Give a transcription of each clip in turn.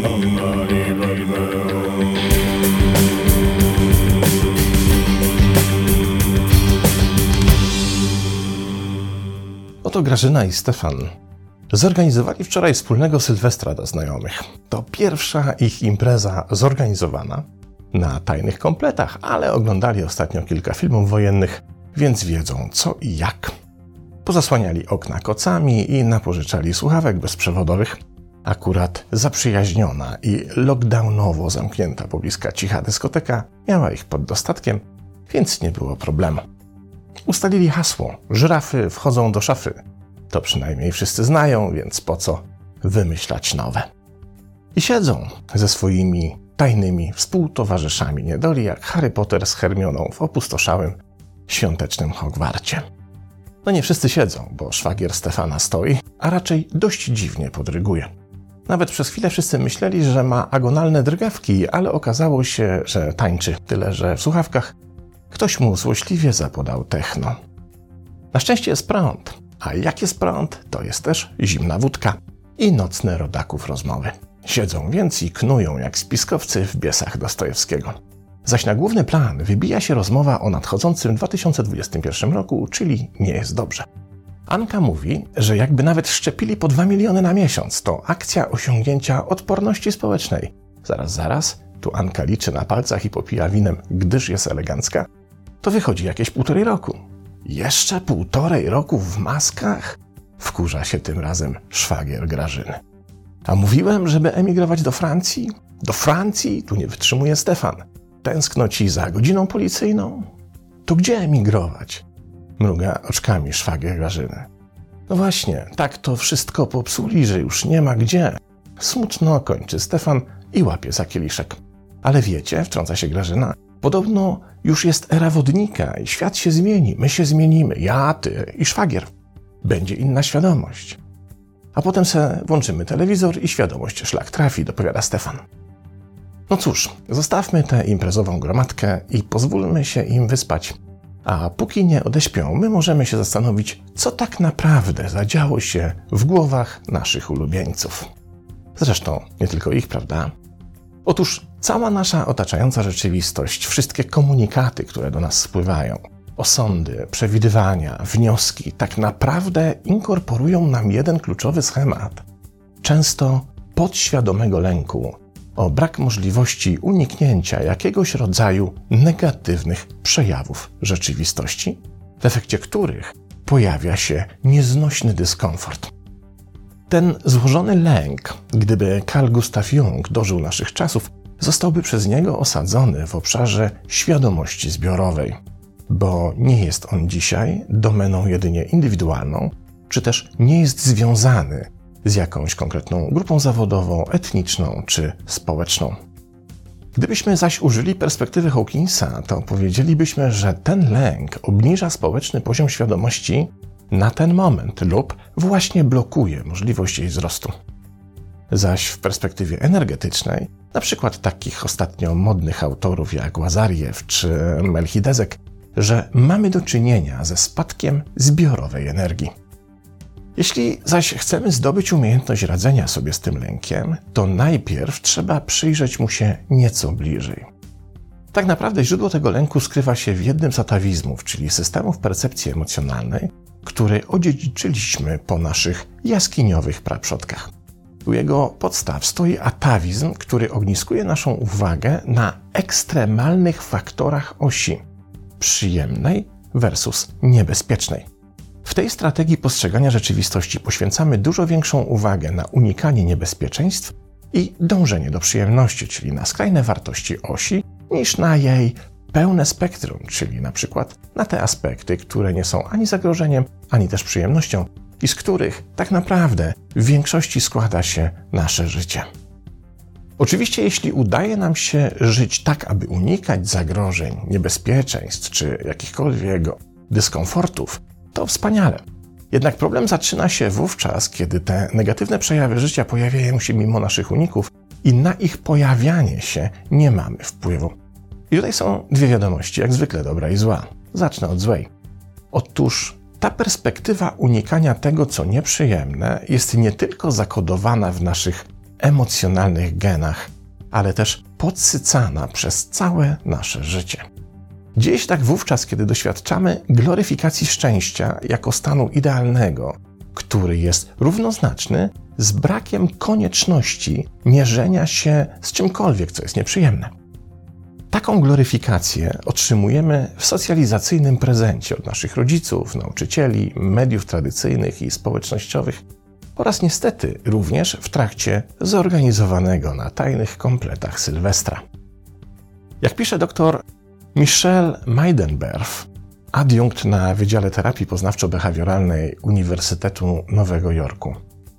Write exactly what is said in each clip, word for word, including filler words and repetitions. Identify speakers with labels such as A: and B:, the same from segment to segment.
A: Oto Grażyna i Stefan zorganizowali wczoraj wspólnego Sylwestra dla znajomych. To pierwsza ich impreza zorganizowana na tajnych kompletach, ale oglądali ostatnio kilka filmów wojennych, więc wiedzą co i jak. Pozasłaniali okna kocami i napożyczali słuchawek bezprzewodowych. Akurat zaprzyjaźniona i lockdownowo zamknięta pobliska cicha dyskoteka miała ich pod dostatkiem, więc nie było problemu. Ustalili hasło: żyrafy wchodzą do szafy. To przynajmniej wszyscy znają, więc po co wymyślać nowe. I siedzą ze swoimi tajnymi współtowarzyszami niedoli jak Harry Potter z Hermioną w opustoszałym, świątecznym Hogwarcie. No nie wszyscy siedzą, bo szwagier Stefana stoi, a raczej dość dziwnie podryguje. Nawet przez chwilę wszyscy myśleli, że ma agonalne drgawki, ale okazało się, że tańczy, tyle że w słuchawkach ktoś mu złośliwie zapodał techno. Na szczęście jest prąd, a jak jest prąd, to jest też zimna wódka i nocne rodaków rozmowy. Siedzą więc i knują jak spiskowcy w Biesach Dostojewskiego. Zaś na główny plan wybija się rozmowa o nadchodzącym dwa tysiące dwudziestym pierwszym roku, czyli nie jest dobrze. Anka mówi, że jakby nawet szczepili po dwa miliony na miesiąc, to akcja osiągnięcia odporności społecznej. Zaraz, zaraz, tu Anka liczy na palcach i popija winem, gdyż jest elegancka, to wychodzi jakieś półtorej roku. Jeszcze półtorej roku w maskach? Wkurza się tym razem szwagier Grażyny. A mówiłem, żeby emigrować do Francji? Do Francji? Tu nie wytrzymuje Stefan. Tęskno ci za godziną policyjną? To gdzie emigrować? Mruga oczkami szwagier Grażyny. No właśnie, tak to wszystko popsuli, że już nie ma gdzie. Smutno kończy Stefan i łapie za kieliszek. Ale wiecie, wtrąca się Grażyna, podobno już jest era wodnika i świat się zmieni, my się zmienimy, ja, ty i szwagier. Będzie inna świadomość. A potem se włączymy telewizor i świadomość szlak trafi, dopowiada Stefan. No cóż, zostawmy tę imprezową gromadkę i pozwólmy się im wyspać. A póki nie odeśpią, my możemy się zastanowić, co tak naprawdę zadziało się w głowach naszych ulubieńców. Zresztą nie tylko ich, prawda? Otóż cała nasza otaczająca rzeczywistość, wszystkie komunikaty, które do nas spływają, osądy, przewidywania, wnioski, tak naprawdę inkorporują nam jeden kluczowy schemat. Często podświadomego lęku o brak możliwości uniknięcia jakiegoś rodzaju negatywnych przejawów rzeczywistości, w efekcie których pojawia się nieznośny dyskomfort. Ten złożony lęk, gdyby Carl Gustav Jung dożył naszych czasów, zostałby przez niego osadzony w obszarze świadomości zbiorowej, bo nie jest on dzisiaj domeną jedynie indywidualną, czy też nie jest związany z jakąś konkretną grupą zawodową, etniczną czy społeczną. Gdybyśmy zaś użyli perspektywy Hawkinsa, to powiedzielibyśmy, że ten lęk obniża społeczny poziom świadomości na ten moment lub właśnie blokuje możliwość jej wzrostu. Zaś w perspektywie energetycznej, na przykład takich ostatnio modnych autorów jak Łazarjew czy Melchidezek, że mamy do czynienia ze spadkiem zbiorowej energii. Jeśli zaś chcemy zdobyć umiejętność radzenia sobie z tym lękiem, to najpierw trzeba przyjrzeć mu się nieco bliżej. Tak naprawdę źródło tego lęku skrywa się w jednym z atawizmów, czyli systemów percepcji emocjonalnej, który odziedziczyliśmy po naszych jaskiniowych praprzodkach. U jego podstaw stoi atawizm, który ogniskuje naszą uwagę na ekstremalnych faktorach osi przyjemnej versus niebezpiecznej. W tej strategii postrzegania rzeczywistości poświęcamy dużo większą uwagę na unikanie niebezpieczeństw i dążenie do przyjemności, czyli na skrajne wartości osi, niż na jej pełne spektrum, czyli na przykład na te aspekty, które nie są ani zagrożeniem, ani też przyjemnością i z których tak naprawdę w większości składa się nasze życie. Oczywiście jeśli udaje nam się żyć tak, aby unikać zagrożeń, niebezpieczeństw czy jakichkolwiek dyskomfortów, to wspaniale. Jednak problem zaczyna się wówczas, kiedy te negatywne przejawy życia pojawiają się mimo naszych uników i na ich pojawianie się nie mamy wpływu. I tutaj są dwie wiadomości, jak zwykle dobra i zła. Zacznę od złej. Otóż ta perspektywa unikania tego, co nieprzyjemne, jest nie tylko zakodowana w naszych emocjonalnych genach, ale też podsycana przez całe nasze życie. Dzieje się tak wówczas, kiedy doświadczamy gloryfikacji szczęścia jako stanu idealnego, który jest równoznaczny z brakiem konieczności mierzenia się z czymkolwiek, co jest nieprzyjemne. Taką gloryfikację otrzymujemy w socjalizacyjnym prezencie od naszych rodziców, nauczycieli, mediów tradycyjnych i społecznościowych oraz niestety również w trakcie zorganizowanego na tajnych kompletach Sylwestra. Jak pisze dr Michelle Meidenberg, adiunkt na Wydziale Terapii Poznawczo-Behawioralnej Uniwersytetu Nowego Jorku,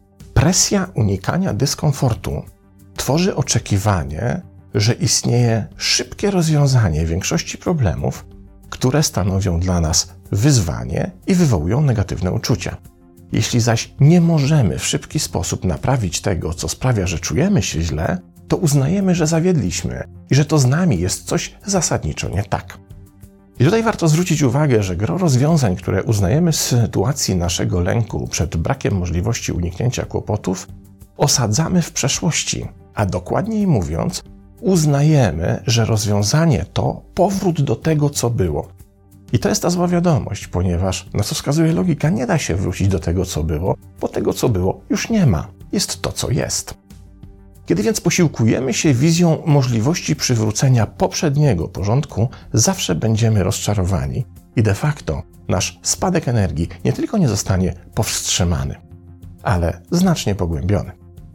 A: presja unikania dyskomfortu tworzy oczekiwanie, że istnieje szybkie rozwiązanie większości problemów, które stanowią dla nas wyzwanie i wywołują negatywne uczucia. Jeśli zaś nie możemy w szybki sposób naprawić tego, co sprawia, że czujemy się źle, to uznajemy, że zawiedliśmy i że to z nami jest coś zasadniczo nie tak. I tutaj warto zwrócić uwagę, że gro rozwiązań, które uznajemy z sytuacji naszego lęku przed brakiem możliwości uniknięcia kłopotów, osadzamy w przeszłości, a dokładniej mówiąc, uznajemy, że rozwiązanie to powrót do tego, co było. I to jest ta zła wiadomość, ponieważ, na co wskazuje logika, nie da się wrócić do tego, co było, bo tego, co było, już nie ma. Jest to, co jest. Kiedy więc posiłkujemy się wizją możliwości przywrócenia poprzedniego porządku, zawsze będziemy rozczarowani i de facto nasz spadek energii nie tylko nie zostanie powstrzymany, ale znacznie pogłębiony.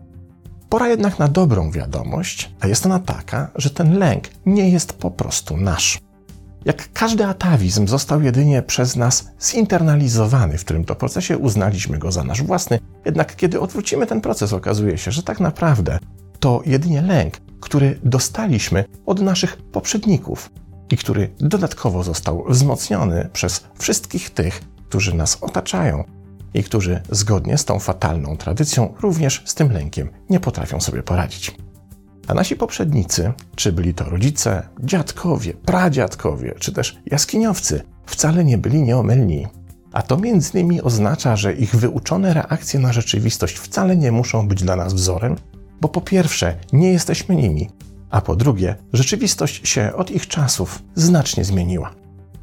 A: Pora jednak na dobrą wiadomość, a jest ona taka, że ten lęk nie jest po prostu nasz. Jak każdy atawizm został jedynie przez nas zinternalizowany, w którym to procesie uznaliśmy go za nasz własny, jednak kiedy odwrócimy ten proces, okazuje się, że tak naprawdę to jedynie lęk, który dostaliśmy od naszych poprzedników i który dodatkowo został wzmocniony przez wszystkich tych, którzy nas otaczają i którzy zgodnie z tą fatalną tradycją również z tym lękiem nie potrafią sobie poradzić. A nasi poprzednicy, czy byli to rodzice, dziadkowie, pradziadkowie, czy też jaskiniowcy, wcale nie byli nieomylni. A to między innymi oznacza, że ich wyuczone reakcje na rzeczywistość wcale nie muszą być dla nas wzorem, bo po pierwsze nie jesteśmy nimi, a po drugie rzeczywistość się od ich czasów znacznie zmieniła.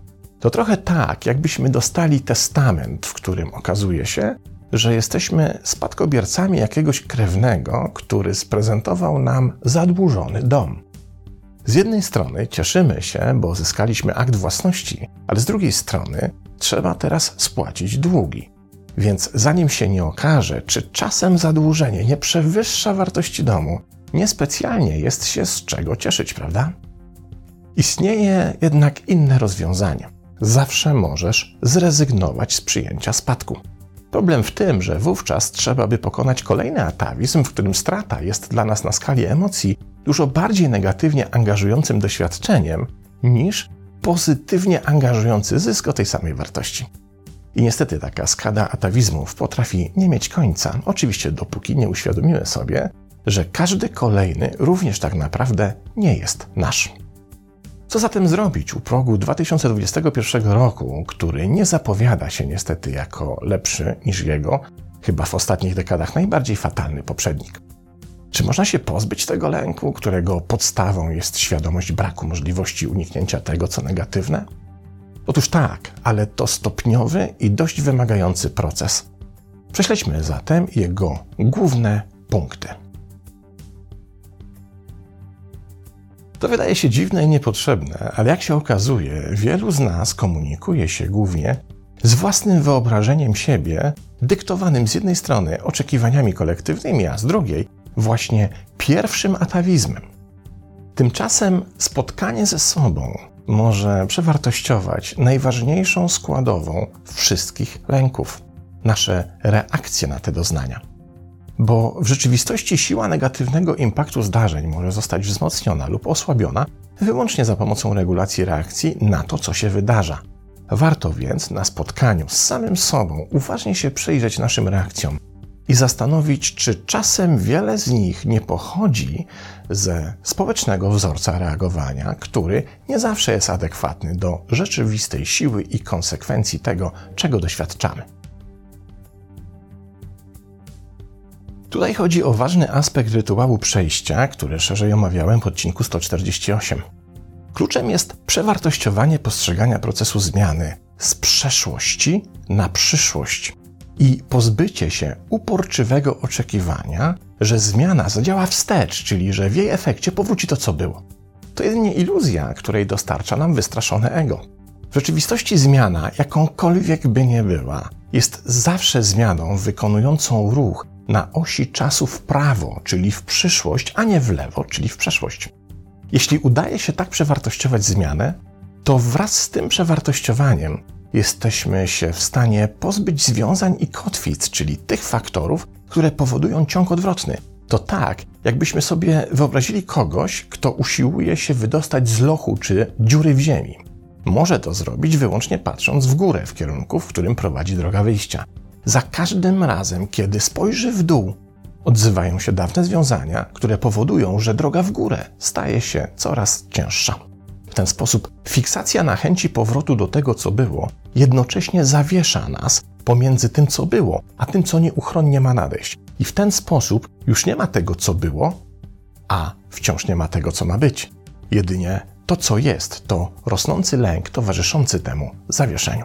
A: To trochę tak, jakbyśmy dostali testament, w którym okazuje się, że jesteśmy spadkobiercami jakiegoś krewnego, który sprezentował nam zadłużony dom. Z jednej strony cieszymy się, bo zyskaliśmy akt własności, ale z drugiej strony trzeba teraz spłacić długi. Więc zanim się nie okaże, czy czasem zadłużenie nie przewyższa wartości domu, niespecjalnie jest się z czego cieszyć, prawda? Istnieje jednak inne rozwiązanie. Zawsze możesz zrezygnować z przyjęcia spadku. Problem w tym, że wówczas trzeba by pokonać kolejny atawizm, w którym strata jest dla nas na skali emocji dużo bardziej negatywnie angażującym doświadczeniem niż pozytywnie angażujący zysk o tej samej wartości. I niestety taka skala atawizmów potrafi nie mieć końca, oczywiście dopóki nie uświadomimy sobie, że każdy kolejny również tak naprawdę nie jest nasz. Co zatem zrobić u progu dwa tysiące dwudziestego pierwszego roku, który nie zapowiada się niestety jako lepszy niż jego, chyba w ostatnich dekadach najbardziej fatalny poprzednik? Czy można się pozbyć tego lęku, którego podstawą jest świadomość braku możliwości uniknięcia tego, co negatywne? Otóż tak, ale to stopniowy i dość wymagający proces. Prześledźmy zatem jego główne punkty. To wydaje się dziwne i niepotrzebne, ale jak się okazuje, wielu z nas komunikuje się głównie z własnym wyobrażeniem siebie, dyktowanym z jednej strony oczekiwaniami kolektywnymi, a z drugiej właśnie pierwszym atawizmem. Tymczasem spotkanie ze sobą może przewartościować najważniejszą składową wszystkich lęków – nasze reakcje na te doznania. Bo w rzeczywistości siła negatywnego impaktu zdarzeń może zostać wzmocniona lub osłabiona wyłącznie za pomocą regulacji reakcji na to, co się wydarza. Warto więc na spotkaniu z samym sobą uważnie się przyjrzeć naszym reakcjom i zastanowić, czy czasem wiele z nich nie pochodzi ze społecznego wzorca reagowania, który nie zawsze jest adekwatny do rzeczywistej siły i konsekwencji tego, czego doświadczamy. Tutaj chodzi o ważny aspekt rytuału przejścia, który szerzej omawiałem w odcinku sto czterdzieści osiem. Kluczem jest przewartościowanie postrzegania procesu zmiany z przeszłości na przyszłość i pozbycie się uporczywego oczekiwania, że zmiana zadziała wstecz, czyli że w jej efekcie powróci to, co było. To jedynie iluzja, której dostarcza nam wystraszone ego. W rzeczywistości zmiana, jakąkolwiek by nie była, jest zawsze zmianą wykonującą ruch na osi czasu w prawo, czyli w przyszłość, a nie w lewo, czyli w przeszłość. Jeśli udaje się tak przewartościować zmianę, to wraz z tym przewartościowaniem jesteśmy się w stanie pozbyć związań i kotwic, czyli tych faktorów, które powodują ciąg odwrotny. To tak, jakbyśmy sobie wyobrazili kogoś, kto usiłuje się wydostać z lochu czy dziury w ziemi. Może to zrobić wyłącznie patrząc w górę, w kierunku, w którym prowadzi droga wyjścia. Za każdym razem, kiedy spojrzy w dół, odzywają się dawne związania, które powodują, że droga w górę staje się coraz cięższa. W ten sposób fiksacja na chęci powrotu do tego, co było, jednocześnie zawiesza nas pomiędzy tym, co było, a tym, co nieuchronnie ma nadejść. I w ten sposób już nie ma tego, co było, a wciąż nie ma tego, co ma być. Jedynie to, co jest, to rosnący lęk towarzyszący temu zawieszeniu.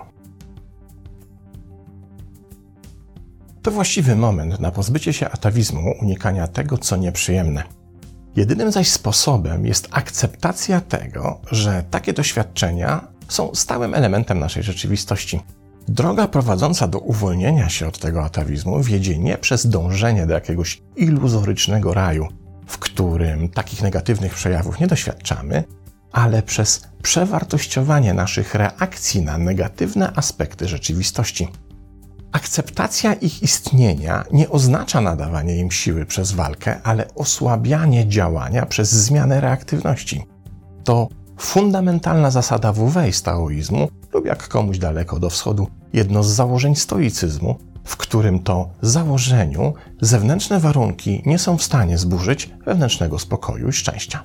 A: To właściwy moment na pozbycie się atawizmu, unikania tego, co nieprzyjemne. Jedynym zaś sposobem jest akceptacja tego, że takie doświadczenia są stałym elementem naszej rzeczywistości. Droga prowadząca do uwolnienia się od tego atawizmu wiedzie nie przez dążenie do jakiegoś iluzorycznego raju, w którym takich negatywnych przejawów nie doświadczamy, ale przez przewartościowanie naszych reakcji na negatywne aspekty rzeczywistości. Akceptacja ich istnienia nie oznacza nadawanie im siły przez walkę, ale osłabianie działania przez zmianę reaktywności. To fundamentalna zasada W W i taoizmu lub jak komuś daleko do wschodu, jedno z założeń stoicyzmu, w którym to założeniu zewnętrzne warunki nie są w stanie zburzyć wewnętrznego spokoju i szczęścia.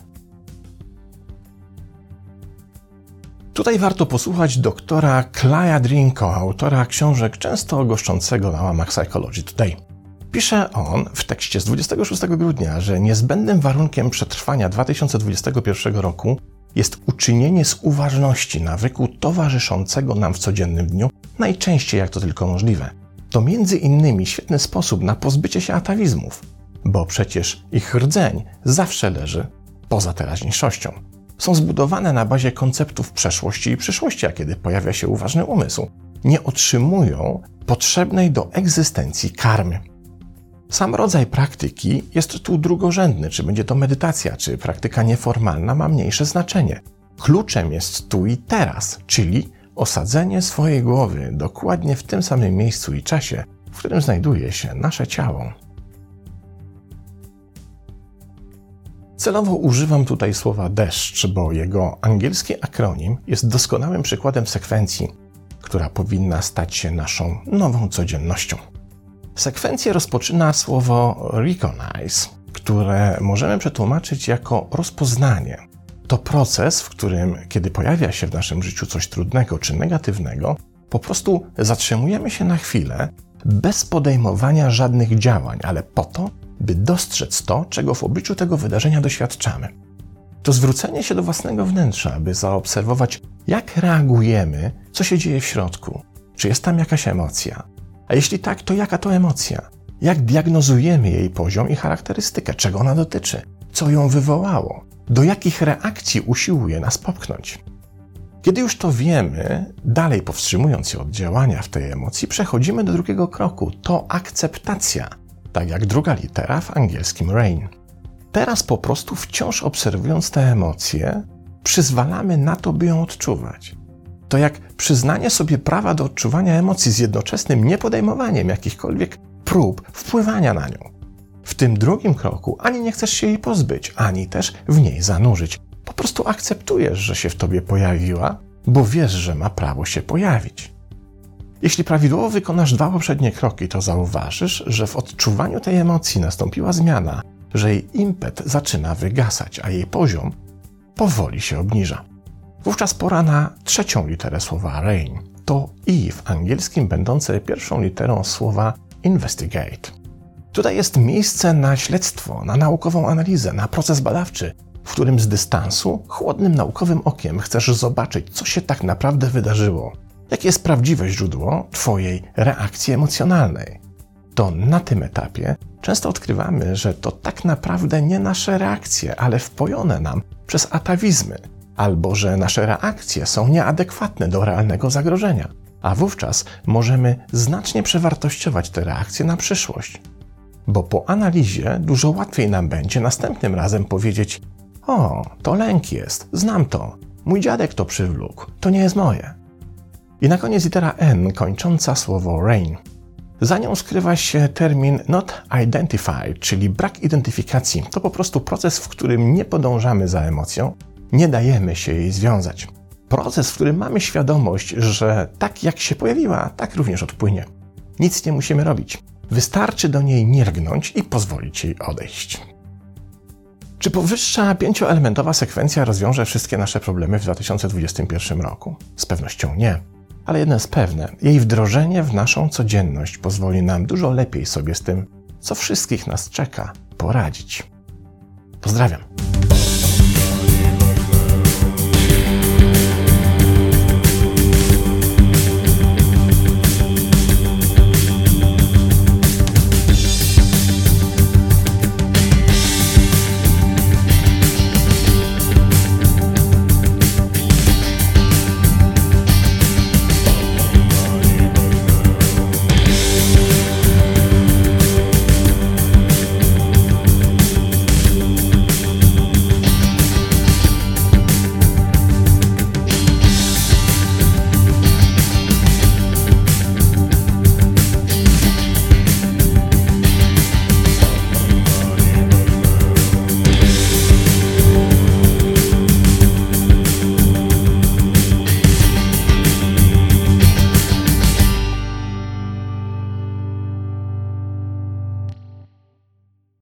A: Tutaj warto posłuchać doktora Claya Drinko, autora książek często goszczącego na łamach Psychology Today. Pisze on w tekście z dwudziestego szóstego grudnia, że niezbędnym warunkiem przetrwania dwa tysiące dwudziestego pierwszego roku jest uczynienie z uważności nawyku towarzyszącego nam w codziennym dniu najczęściej jak to tylko możliwe. To między innymi świetny sposób na pozbycie się atawizmów, bo przecież ich rdzeń zawsze leży poza teraźniejszością. Są zbudowane na bazie konceptów przeszłości i przyszłości, a kiedy pojawia się uważny umysł, nie otrzymują potrzebnej do egzystencji karmy. Sam rodzaj praktyki jest tu drugorzędny, czy będzie to medytacja, czy praktyka nieformalna ma mniejsze znaczenie. Kluczem jest tu i teraz, czyli osadzenie swojej głowy dokładnie w tym samym miejscu i czasie, w którym znajduje się nasze ciało. Celowo używam tutaj słowa deszcz, bo jego angielski akronim jest doskonałym przykładem sekwencji, która powinna stać się naszą nową codziennością. Sekwencję rozpoczyna słowo recognize, które możemy przetłumaczyć jako rozpoznanie. To proces, w którym, kiedy pojawia się w naszym życiu coś trudnego czy negatywnego, po prostu zatrzymujemy się na chwilę bez podejmowania żadnych działań, ale po to, by dostrzec to, czego w obliczu tego wydarzenia doświadczamy. To zwrócenie się do własnego wnętrza, by zaobserwować, jak reagujemy, co się dzieje w środku, czy jest tam jakaś emocja. A jeśli tak, to jaka to emocja? Jak diagnozujemy jej poziom i charakterystykę? Czego ona dotyczy? Co ją wywołało? Do jakich reakcji usiłuje nas popchnąć? Kiedy już to wiemy, dalej powstrzymując się od działania w tej emocji, przechodzimy do drugiego kroku. To akceptacja, tak jak druga litera w angielskim rain. Teraz po prostu wciąż obserwując te emocje, przyzwalamy na to, by ją odczuwać. To jak przyznanie sobie prawa do odczuwania emocji z jednoczesnym niepodejmowaniem jakichkolwiek prób wpływania na nią. W tym drugim kroku ani nie chcesz się jej pozbyć, ani też w niej zanurzyć. Po prostu akceptujesz, że się w tobie pojawiła, bo wiesz, że ma prawo się pojawić. Jeśli prawidłowo wykonasz dwa poprzednie kroki, to zauważysz, że w odczuwaniu tej emocji nastąpiła zmiana, że jej impet zaczyna wygasać, a jej poziom powoli się obniża. Wówczas pora na trzecią literę słowa rain. To i w angielskim będące pierwszą literą słowa investigate. Tutaj jest miejsce na śledztwo, na naukową analizę, na proces badawczy, w którym z dystansu, chłodnym naukowym okiem chcesz zobaczyć, co się tak naprawdę wydarzyło, jakie jest prawdziwe źródło Twojej reakcji emocjonalnej. To na tym etapie często odkrywamy, że to tak naprawdę nie nasze reakcje, ale wpojone nam przez atawizmy, albo że nasze reakcje są nieadekwatne do realnego zagrożenia, a wówczas możemy znacznie przewartościować te reakcje na przyszłość. Bo po analizie dużo łatwiej nam będzie następnym razem powiedzieć: o, to lęk jest, znam to, mój dziadek to przywlókł, to nie jest moje. I na koniec litera N kończąca słowo rain. Za nią skrywa się termin not identified, czyli brak identyfikacji. To po prostu proces, w którym nie podążamy za emocją, nie dajemy się jej związać. Proces, w którym mamy świadomość, że tak jak się pojawiła, tak również odpłynie. Nic nie musimy robić. Wystarczy do niej nie lgnąć i pozwolić jej odejść. Czy powyższa pięcioelementowa sekwencja rozwiąże wszystkie nasze problemy w dwa tysiące dwudziestym pierwszym roku? Z pewnością nie. Ale jedno jest pewne, jej wdrożenie w naszą codzienność pozwoli nam dużo lepiej sobie z tym, co wszystkich nas czeka, poradzić. Pozdrawiam.